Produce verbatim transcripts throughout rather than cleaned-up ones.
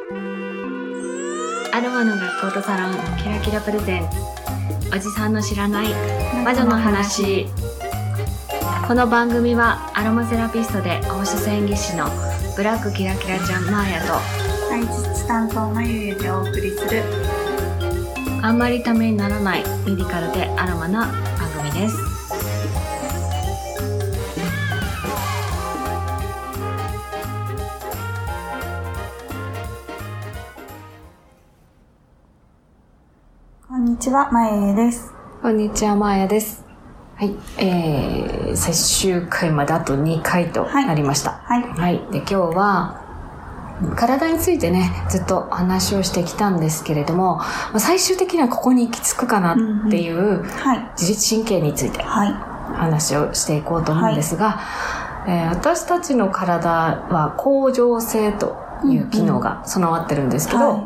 アロマの学校とサロンキラキラプレゼンツ、おじさんの知らない魔女の話。この番組はアロマセラピストで放射線技師のブラックキラキラちゃんマーヤと体質担当のゆゆでお送りするあんまりためにならないメディカルでアロマな番組です。 こんにちは、まゆゆです。 こんにちは、マーヤです。はい、えー、最終回まであとにかいとなりました。 はい。 はい、で今日は体についてねずっと話をしてきたんですけれども、最終的にはここに行き着くかなっていう、うんうん、はい、自律神経について話をしていこうと思うんですが、はい、えー、私たちの体は恒常性という機能が備わってるんですけど、うんうん、はい、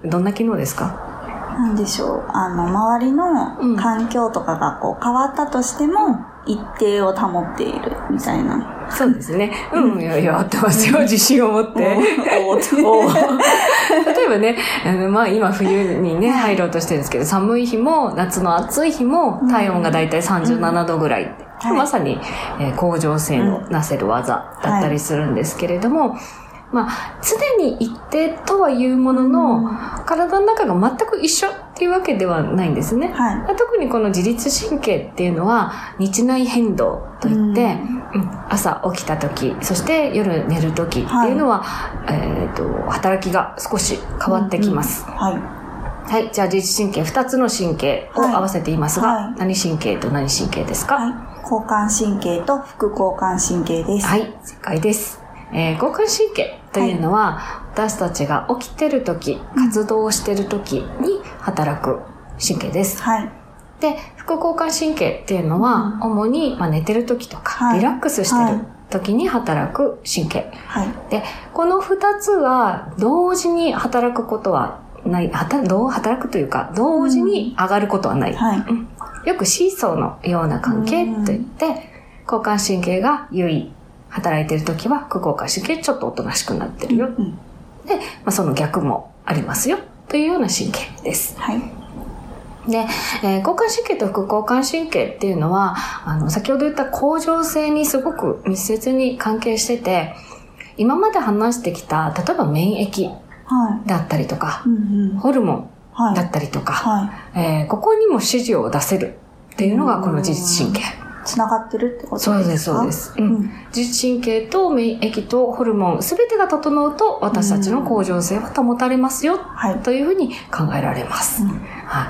どんな機能ですか？ なんでしょう、あの周りの環境とかがこう変わったとしても一定を保っているみたいな。 そうですね。うん、いやいや、合ってますよ。自信を持って。おお例えばね、あのまあ今冬にね入ろうとしてるんですけど、寒い日も夏の暑い日も体温がだいたいさんじゅうななどぐらい、うん、まさに、えー、恒常性のなせる技だったりするんですけれども、はい、まあ、常に一定とはいうものの、うん、体の中が全く一緒っていうわけではないんですね。はい、特にこの自律神経っていうのは日内変動といって、うん、朝起きた時、そして夜寝る時っていうのは、はい、えーと、働きが少し変わってきます。うんうん、はい。はい。じゃあ自律神経ふたつの神経を合わせていますが、はいはい、何神経と何神経ですか？はい、 交感神経と副交感神経です。 はい、正解です。えー、交感神経というのは、はい、私たちが起きてる時、活動をしてる時に働く神経です。はい。で、副交感神経っていうのは、うん、主に、まあ、寝てる時とか、はい、リラックスしてる時に働く神経。はい。で、この二つは同時に働くことはない、はた、どう働くというか、同時に上がることはない。うん、はい。うん、よくシーソーのような関係といって、うん、交感神経が優位。働いているときは副交感神経ちょっとおとなしくなってるよ。うん、で、まあ、その逆もありますよというような神経です。はい。で、えー、交感神経と副交感神経っていうのは、あの、先ほど言った恒常性にすごく密接に関係してて、今まで話してきた、例えば免疫だったりとか、はいうんうん、ホルモンだったりとか、はいはいえー、ここにも指示を出せるっていうのがこの自律神経。 つながってるってことですか？ そうです、そうです。うん。自律神経と免疫とホルモン、すべてが整うと、私たちの恒常性は保たれますよ、うん、というふうに考えられます。うん、はい。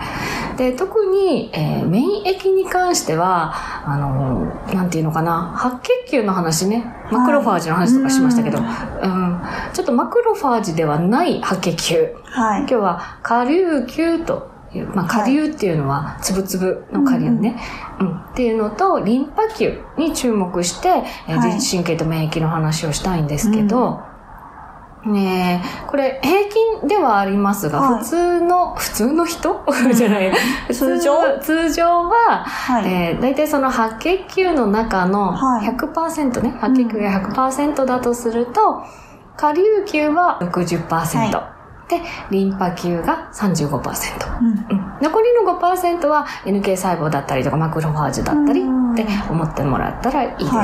で、特に、えー、免疫に関しては、あの、なんていうのかな、白血球の話ね、マクロファージの話とかしましたけど、はいうん、ちょっとマクロファージではない白血球。はい。今日は、顆粒球と、まあ、顆粒っていうのは、つぶつぶの顆粒ね、はいうんうん。っていうのと、リンパ球に注目して、はい、自律神経と免疫の話をしたいんですけど、うん、ねこれ、平均ではありますが、はい、普通の、普通の人じゃない。通常通常は、はいえー、大体その白血球の中の ひゃくパーセント ね、はい、白血球が ひゃくパーセント だとすると、顆粒球は ろくじゅっパーセント。はいで、リンパ球が さんじゅうごパーセント、うんうん。残りの ごパーセント は エヌケー 細胞だったりとかマクロファージだったりって思ってもらったらいいです。はい、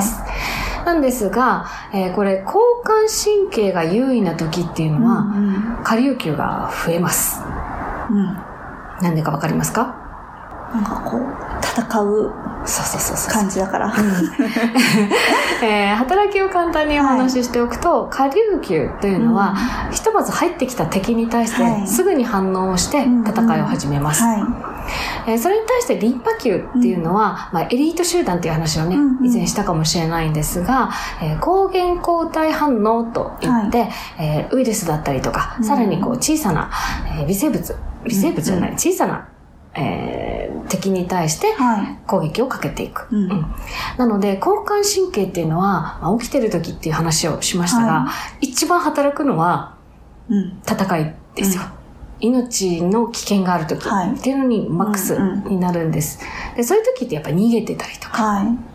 なんですが、えー、これ交感神経が優位な時っていうのは、うんうん、顆粒球が増えます。うん、なんでかわかりますか？ なんかこう戦う感じだから、 えー、働きを簡単にお話ししておくと、はい、顆粒球というのは、うん、ひとまず入ってきた敵に対してすぐに反応をして戦いを始めます、うんうんはいえー、それに対してリンパ球っていうのは、うんまあ、エリート集団っていう話をね、うんうん、以前したかもしれないんですが、えー、抗原抗体反応といって、はいえー、ウイルスだったりとか、うん、さらにこう小さな、えー、微生物微生物じゃない、うん、小さなえー、敵に対して攻撃をかけていく、はいうんうん、なので交感神経っていうのは、まあ、起きてる時っていう話をしましたが、はい、一番働くのは戦いですよ、うん、命の危険がある時っていうのにマックスになるんです、はいうんうん、でそういう時ってやっぱり逃げてたりとか、はい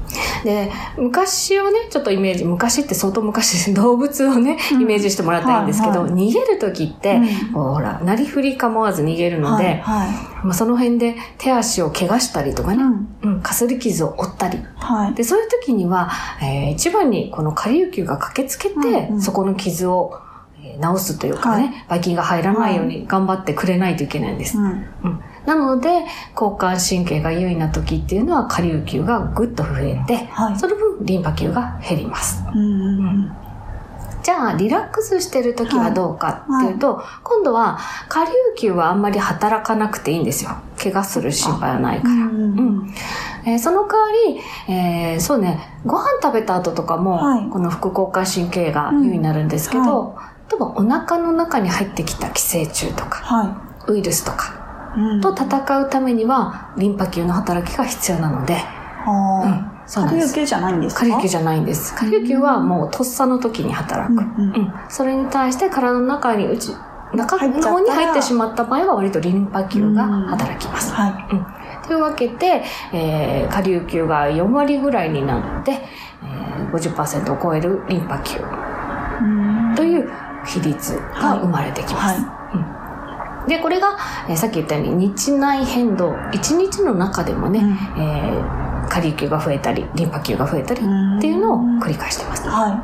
で、昔をね、ちょっとイメージ、昔って相当昔、動物をね、イメージしてもらったらいいんですけど、うんはいはい、逃げるときって、うん、ほら、なりふり構わず逃げるので、はいはいまあ、その辺で手足を怪我したりとかね、うんうん、かすり傷を負ったり、はい、で、そういうときには、えー、一番にこの下流球が駆けつけて、うんうん、そこの傷を治すというかね、はい、ばい菌が入らないように頑張ってくれないといけないんです。はいうんうん、なので、交感神経が優位な時っていうのは下流球がぐっと増えて、はい、その分リンパ球が減ります。うんうんうんじゃあ、リラックスしてるときはどうかっていうと、はいはい、今度は下流球はあんまり働かなくていいんですよ。怪我する心配はないから。うんうんえー、その代わり、えー、そうね、ご飯食べた後とかも、はい、この副交感神経が優位になるんですけど、うんはい、例えばお腹の中に入ってきた寄生虫とか、はい、ウイルスとか、うん、と戦うためにはリンパ球の働きが必要なので、 うん下流球じゃないんですか？ 下流球じゃないんです。下流球はもうとっさの時に働く。うんうんうん、それに対して体の中に内、中の方に入ってしまった場合は割とリンパ球が働きます。はいうん、というわけで、えー、下流球がよんわりぐらいになって、えー、ごじゅっパーセント を超えるリンパ球という比率が生まれてきます。はいはいうん、で、これが、えー、さっき言ったように日内変動、いちにちの中でもね、うんえー下流球が増えたりリンパ球が増えたりっていうのを繰り返してます、はい、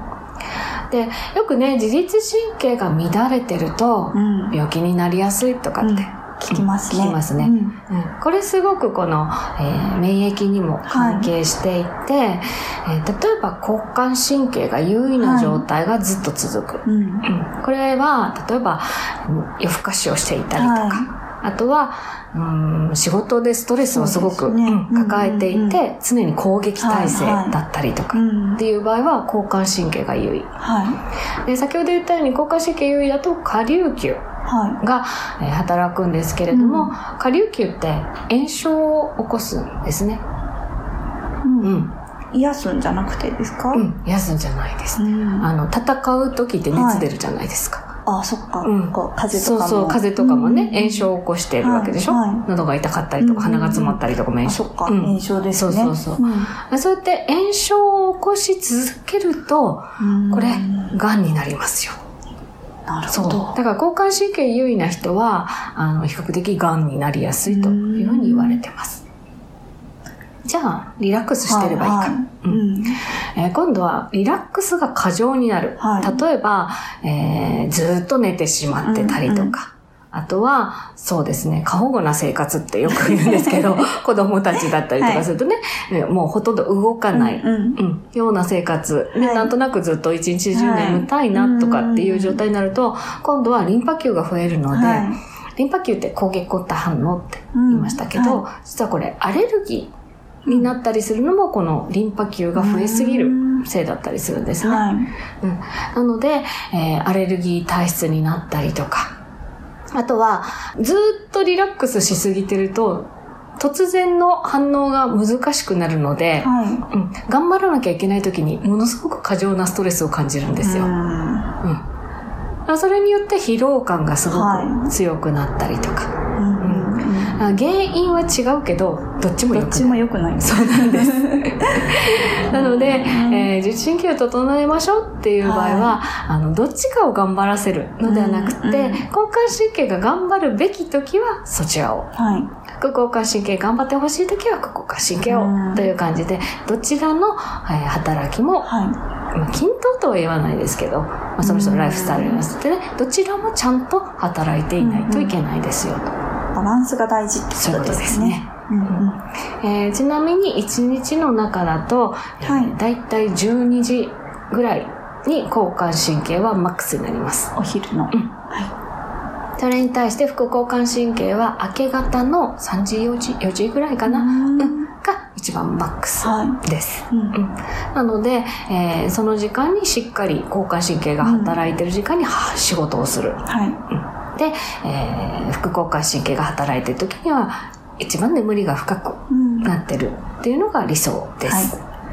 でよくね自律神経が乱れてると病気になりやすいとかって、うん、 聞きますね、 聞きますね、うんうん、これすごくこの、えー、免疫にも関係していて、はいえー、例えば交感神経が優位な状態がずっと続く、はいうんうん、これは例えば夜更かしをしていたりとか、はいあとは、うん、仕事でストレスをすごく、ねうん、抱えていて、うんうんうん、常に攻撃体制だったりとか、はいはい、っていう場合は交感神経が優位、はい、で先ほど言ったように交感神経優位だと下流球が、はいえー、働くんですけれども、うん、下流球って炎症を起こすんですね、 うんうん、癒すんじゃなくてですか？ うん、癒すんじゃないです、うん、あの戦う時って熱出るじゃないですか、はいあ、そっか。うん、こう風邪とかも。 そうそう、風邪とかもね、うん、炎症を起こしているわけでしょ、はいはい、喉が痛かったりとか、鼻が詰まったりとかも炎症。 あ、そっか、うん、炎症ですね。 そうそうそう、うん。そうやって炎症を起こし続けると、これ、癌になりますよ。 なるほど。 そう。だから交感神経優位な人は、あの、比較的癌になりやすいというふうに言われてます。じゃあ、リラックスしてればいいか。はいはいうんえー、今度は、リラックスが過剰になる。はい、例えば、えー、ずっと寝てしまってたりとか、うんうん、あとは、そうですね、過保護な生活ってよく言うんですけど、子供たちだったりとかするとね、はい、もうほとんど動かない、うんうんうん、ような生活、ねはい、なんとなくずっと一日中眠たいなとかっていう状態になると、今度はリンパ球が増えるので、はい、リンパ球って抗原抗体反応って言いましたけど、うんはい、実はこれアレルギー、になったりするのもこのリンパ球が増えすぎるせいだったりするんですね、はいうん、なので、えー、アレルギー体質になったりとかあとはずっとリラックスしすぎてると突然の反応が難しくなるので、はいうん、頑張らなきゃいけない時にものすごく過剰なストレスを感じるんですよ、うんうん、それによって疲労感がすごく強くなったりとか、はいうん原因は違うけどどっちも良くない。 どっちも良くない。 そうなんですなので、えー、自律神経を整えましょうっていう場合は、はい、あのどっちかを頑張らせるのではなくて、うんうん、交感神経が頑張るべき時はそちらを、はい、副交感神経頑張ってほしい時は副交感神経を、うん、という感じでどちらの、えー、働きも、はいまあ、均等とは言わないですけど、まあ、その人のライフスタイルに合わせてねどちらもちゃんと働いていないといけないですよと、 うんうんバランスが大事ってことですね。 うんうんえー、ちなみにいちにちの中だと、はい、だいたいじゅうにじぐらいに交感神経はマックスになります。 お昼の。うんはい、それに対して副交感神経は明け方のさんじよじよじぐらいかな、うん、が一番マックスです。はいうんうん、なので、えー、その時間にしっかり交感神経が働いてる時間に、うん、仕事をする。はいうんで、えー、副交感神経が働いている時には一番眠りが深くなってるっていうのが理想です、うんはい、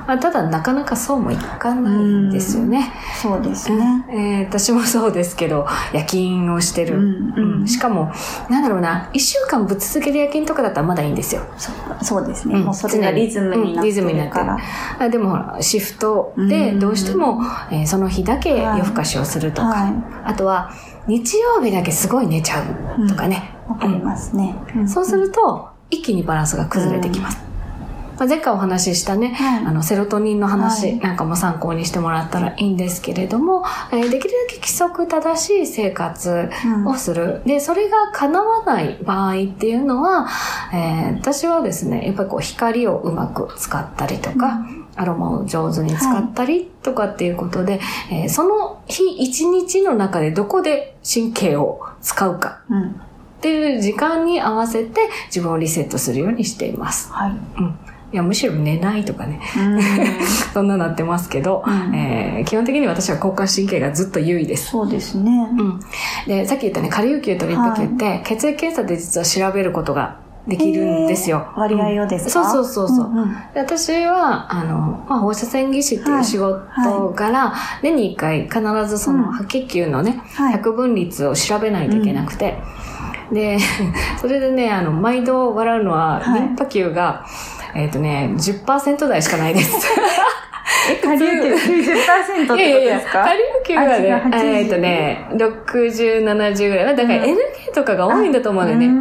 まあ、ただなかなかそうもいかないんですよね。 そうですね、 えー、私もそうですけど夜勤をしてる、うんうん、しかもなんだろうないっしゅうかんぶっ続ける夜勤とかだったらまだいいんですよ。 そ, そうですね、うん、もうそれがリズムになってるから、うん、リズムになってる。 でもシフトでどうしても、えー、その日だけ夜更かしをするとか、はいはい、あとは日曜日だけすごい寝ちゃうとかね、 わ、うん、かりますね、 うん、そうすると一気にバランスが崩れてきます、うんまあ、前回お話ししたね、はい、あのセロトニンの話なんかも参考にしてもらったらいいんですけれども、はい、えー、できるだけ規則正しい生活をする、うん、でそれが叶わない場合っていうのは、えー、私はですねやっぱりこう光をうまく使ったりとか、うんアロマを上手に使ったりとかっていうことで、はいえー、その日一日の中でどこで神経を使うかっていう時間に合わせて自分をリセットするようにしています。はいうん、いやむしろ寝ないとかねそんななってますけど、うんえー、基本的に私は交感神経がずっと優位です。 そうですね、 うん、でさっき言ったねカリウ球とリンパ球って、はい、血液検査で実は調べることができるんですよ。 割合をですか、 うん、そうそうそうそう、うんうん、で私はあの、まあ、放射線技師っていう仕事から、はいはい、年にいっかい必ずその白血球のね、うん、百分率を調べないといけなくて、うん、でそれでねあの毎度笑うのは、はい、リンパ球がえっとね じゅっパーセント 台しかないですえ、カリウ球 きゅうじゅっパーセント ってことですか？ いやいやカリウ球はね、えっとね、ろくじゅう、ななじゅうぐらい。だから エヌケー とかが多いんだと思うんだよね。うん、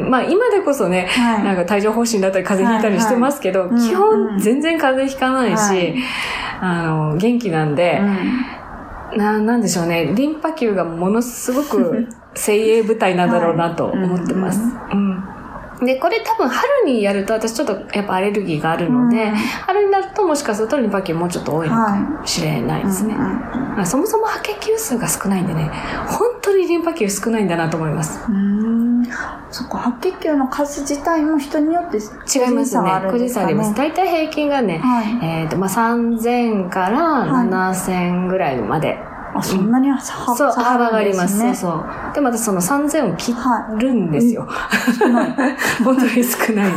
まあ今でこそね、はい、なんか帯状疱疹だったり風邪ひいたりしてますけど、はいはい、基本全然風邪ひかないし、はい、あの、元気なんで、うん、な、なんでしょうね、リンパ球がものすごく精鋭部隊なんだろうなと思ってます。はいうんうんで、これ多分春にやると私ちょっとやっぱアレルギーがあるので、うん、春になるともしかするとリンパ球もうちょっと多いのかもしれないですね。はいうんうん、そもそも白血球数が少ないんでね、本当にリンパ球少ないんだなと思います。 うーんそっか、白血球の数自体も人によって違いますね。個人差あります。大体平均がね、はい、えっと、まあ、さんぜんからななせんぐらいまで。はいあ、そんなに幅、 そう、幅があります。そうそう。で、またそのさんぜんを切るんですよ。はい、本当に少ないの。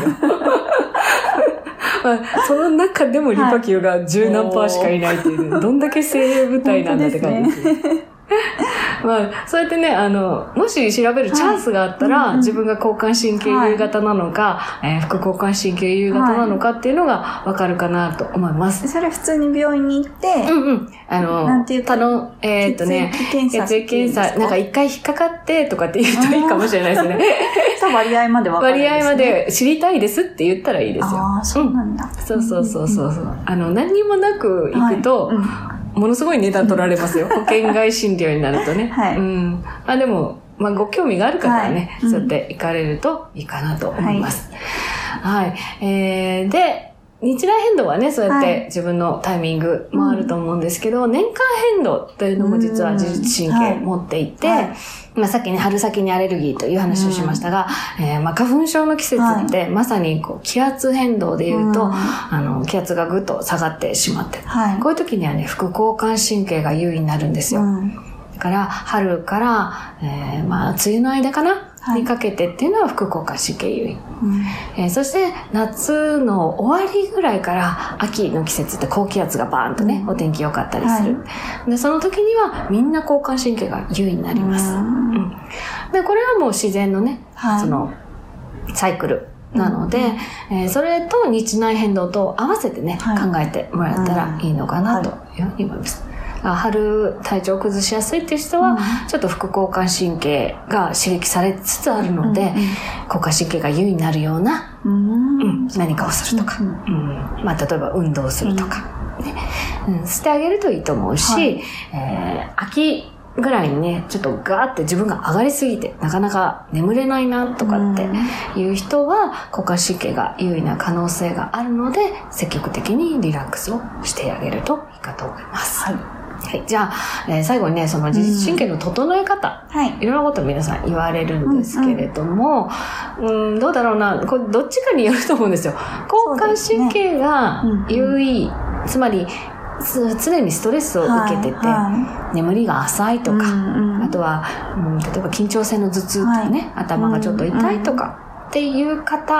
まあ、その中でもリンパ球が十何パーしかいないっていう、ね、どんだけ精鋭部隊なんだって感じです。まあ、そうやってね、あの、もし調べるチャンスがあったら、はい、自分が交感神経優位型なのか、はいえー、副交感神経優位型なのかっていうのがわかるかなと思います。 それ普通に病院に行って、 うんうん。あの、 なんていうか、 のえー、っとね、血液検査。血液検査、なんか一回引っかかってとかって言うといいかもしれないですね。 割合までわかるんですね。 割合まで知りたいですって言ったらいいですよ。 ああ、そうなんだ。 うん、そうそうそうそう。うん、あの、何にもなく行くと、はいうんものすごい値段取られますよ。保険外診療になるとね。はい。うん。まあでも、まあご興味がある方はね、はい、そうやって行かれるといいかなと思います。はい。はい、えー、で、日来変動はね、そうやって自分のタイミングもあると思うんですけど、はい、年間変動というのも実は自律神経持っていて、はいはいまあ、さっきね、春先にアレルギーという話をしましたが、うんえー、まあ花粉症の季節って、まさにこう気圧変動で言うと、うん、あの、気圧がぐっと下がってしまって、はい、こういう時にはね、副交感神経が優位になるんですよ。うん、だから、春から、えー、まあ、梅雨の間かな、はい、にかけてっていうのは副交感神経優位。うんえー、そして、夏の終わりぐらいから秋の季節って高気圧がバーンとね、うん、お天気良かったりする、はい。で、その時にはみんな交感神経が優位になります。うんうん、で、これはもう自然のね、はい、その、サイクル。なので、うんえー、それと日内変動と合わせてね、はい、考えてもらったらいいのかなというふうに思います。春体調を崩しやすいっていう人は、うん、ちょっと副交感神経が刺激されつつあるので、うんうん、交感神経が優位になるような、うんうん、何かをするとか、うんうんまあ、例えば運動をするとか、うんねうん、してあげるといいと思うし、はいえー、秋ぐらいにね、ちょっとガーって自分が上がりすぎて、なかなか眠れないなとかっていう人は、交感神経が優位な可能性があるので、積極的にリラックスをしてあげるといいかと思います。はい。はい。じゃあ、えー、最後にね、その自律神経の整え方、うん、はい。いろんなこと皆さん言われるんですけれども、うん、うん、どうだろうな、これどっちかによると思うんですよ。交感神経が優位、ねうんうん、つまり、常にストレスを受けてて、はいはい、眠りが浅いとか、うんうん、あとは、うん、例えば緊張性の頭痛とかね、はい、頭がちょっと痛いとかっていう方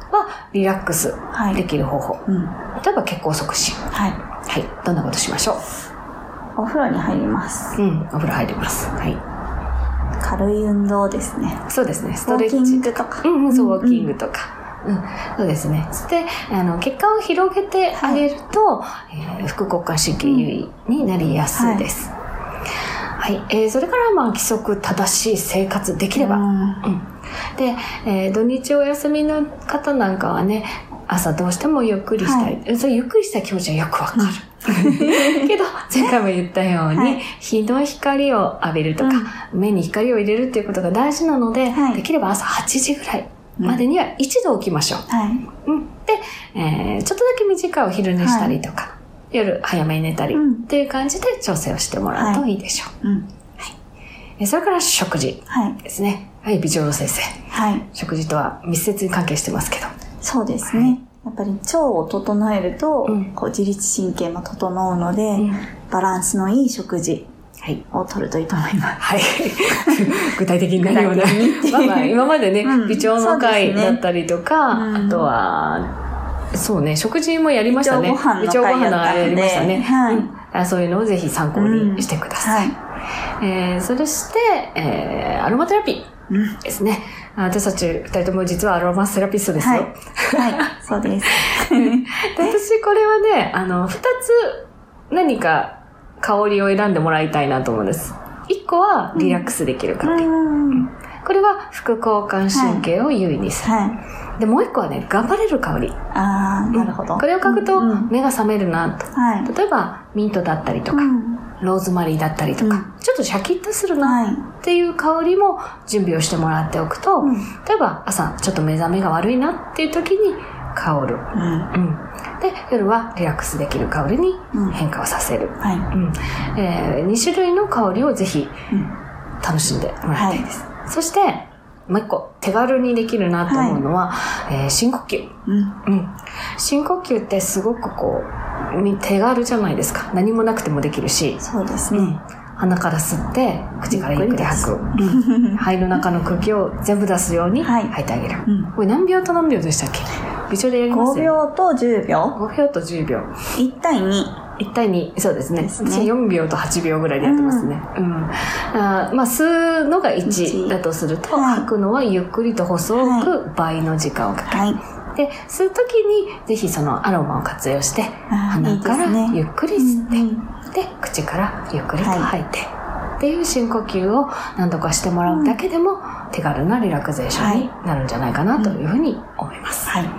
はリラックスできる方法。はいうん、例えば血行促進。はい。はい。どんなことしましょう？お風呂に入ります。 うん。お風呂入ります。はい。 軽い運動ですね。 そうですね。ストレッチ。 ウォーキングとか。 うん、そう、ウォーキングとか。うん、そうですね。そして、あの、血管を広げてあげると、はいえー、副交感神経優位になりやすいです。はい。はい、えー、それから、まあ、規則正しい生活できれば。うんうん、で、えー、土日お休みの方なんかはね、朝どうしてもゆっくりしたい。はい、それゆっくりした気持ちはよくわかる。けど、前回も言ったように、はい、日の光を浴びるとか、うん、目に光を入れるっていうことが大事なので、はい、できれば朝はちじぐらいまでには一度起きましょう。はいうん、で、えー、ちょっとだけ短いお昼寝したりとか、はい、夜早めに寝たり、うん、っていう感じで調整をしてもらうといいでしょう。はいうんはい、それから食事ですね。はい、はい、美女先生。はい。食事とは密接に関係してますけど。 そうですね。はいやっぱり腸を整えると、うん、こう自律神経も整うので、うん、バランスのいい食事をとるといいと思います。 はい。具体的に何をね。まあまあ今までね、うん、美腸の会だったりとか、ね、あとは、そうね、食事もやりましたね。 美腸ご飯の会やりましたね。はいうんあ。そういうのをぜひ参考にしてください。うんはいえー、そして、えー、アロマテラピーですね。うん、私たち二人とも実はアロマセラピストですよ。はい、 はい、そうです。 で私これはね、あの、二つ何か香りを選んでもらいたいなと思うんです。一個はリラックスできる香り。うん、これは副交感神経を優位にする。はいはい、で、もう一個はね、頑張れる香り。 ああ、なるほど。 これを嗅ぐと目が覚めるなと。はい、例えば、ミントだったりとか、うんローズマリーだったりとか、うん、ちょっとシャキッとするなっていう香りも準備をしてもらっておくと、うん、例えば朝ちょっと目覚めが悪いなっていう時に香る、うんうん、で夜はリラックスできる香りに変化をさせる、うんはいうんえー、に種類の香りをぜひ楽しんでもらいたいです、はい、そしてもう一個手軽にできるなと思うのは、はいえー、深呼吸、うんうん、深呼吸ってすごくこう手軽じゃないですか。何もなくてもできるし。 そうですね。うん、 鼻から吸って、口からゆっくり吐く。肺の中の空気を全部出すように吐いてあげる。はいうん、これ何秒と何秒でしたっけ？微調でやりますよ。 ごびょうとじゅうびょう。 ごびょうとじゅうびょう。 いち対に。 いち対に。そうですね。ですね私よんびょうとはちびょうぐらいでやってますね。うん。うん、あまあ、吸うのがいちだとすると、はい、吐くのはゆっくりと細く倍の時間をかける。はいで、吸うときに、ぜひそのアロマを活用して、鼻からゆっくり吸って、いいで, ねうんうん、で、口からゆっくりと吐いて、はい、っていう深呼吸を何度かしてもらうだけでも、うん、手軽なリラクゼーションになるんじゃないかなというふうに思います。はい。はい、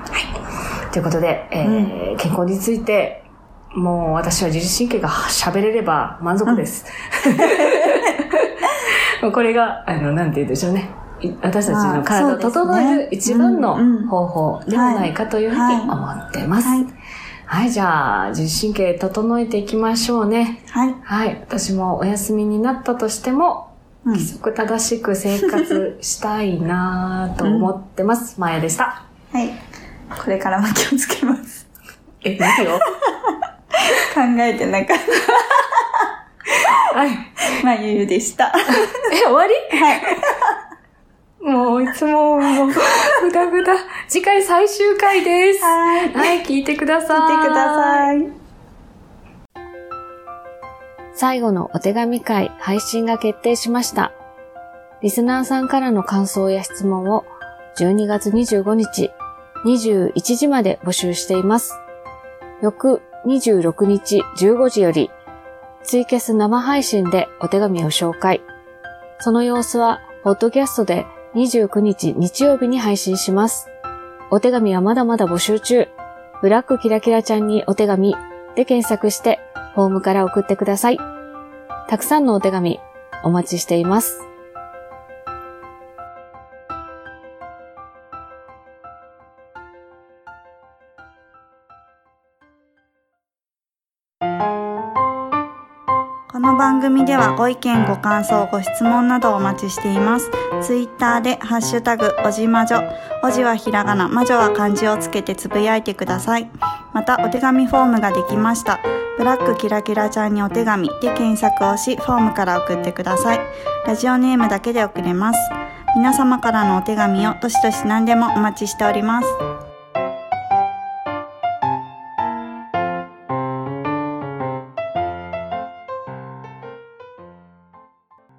ということで、えーうん、健康について、もう私は自律神経が喋れれば満足です。うん、これが、あの、なんて言うんでしょうね。私たちの体を整える一番の方法ではないかというふうに思ってます。はい、はいはい、じゃあ、自律神経整えていきましょうね。はい。はい。私もお休みになったとしても、うん、規則正しく生活したいなと思ってます。うん、マヤでした。 はい。これからも気をつけます。 え、何を考えてなかった。はい。まゆゆでした。 え、終わり？ はい。 もういつももうぐだぐだ。次回最終回です。はい。はい、聞いてください。 聞いてください。 最後のお手紙会配信が決定しました。リスナーさんからの感想や質問をじゅうにがつにじゅうごにちにじゅういちじまで募集しています。翌にじゅうろくにちじゅうごじよりツイキャス生配信でお手紙を紹介。その様子はポッドキャストでにじゅうくにち日曜日に配信します。お手紙はまだまだ募集中。ブラックキラキラちゃんにお手紙で検索してフォームから送ってください。たくさんのお手紙お待ちしています。 この番組ではご意見ご感想ご質問などをお待ちしています。ツイッターでハッシュタグおじまじょ、おじはひらがな、まじょは漢字をつけてつぶやいてください。またお手紙フォームができました。ブラックキラキラちゃんにお手紙で検索をし、フォームから送ってください。ラジオネームだけで送れます。皆様からのお手紙をどしどし何でもお待ちしております。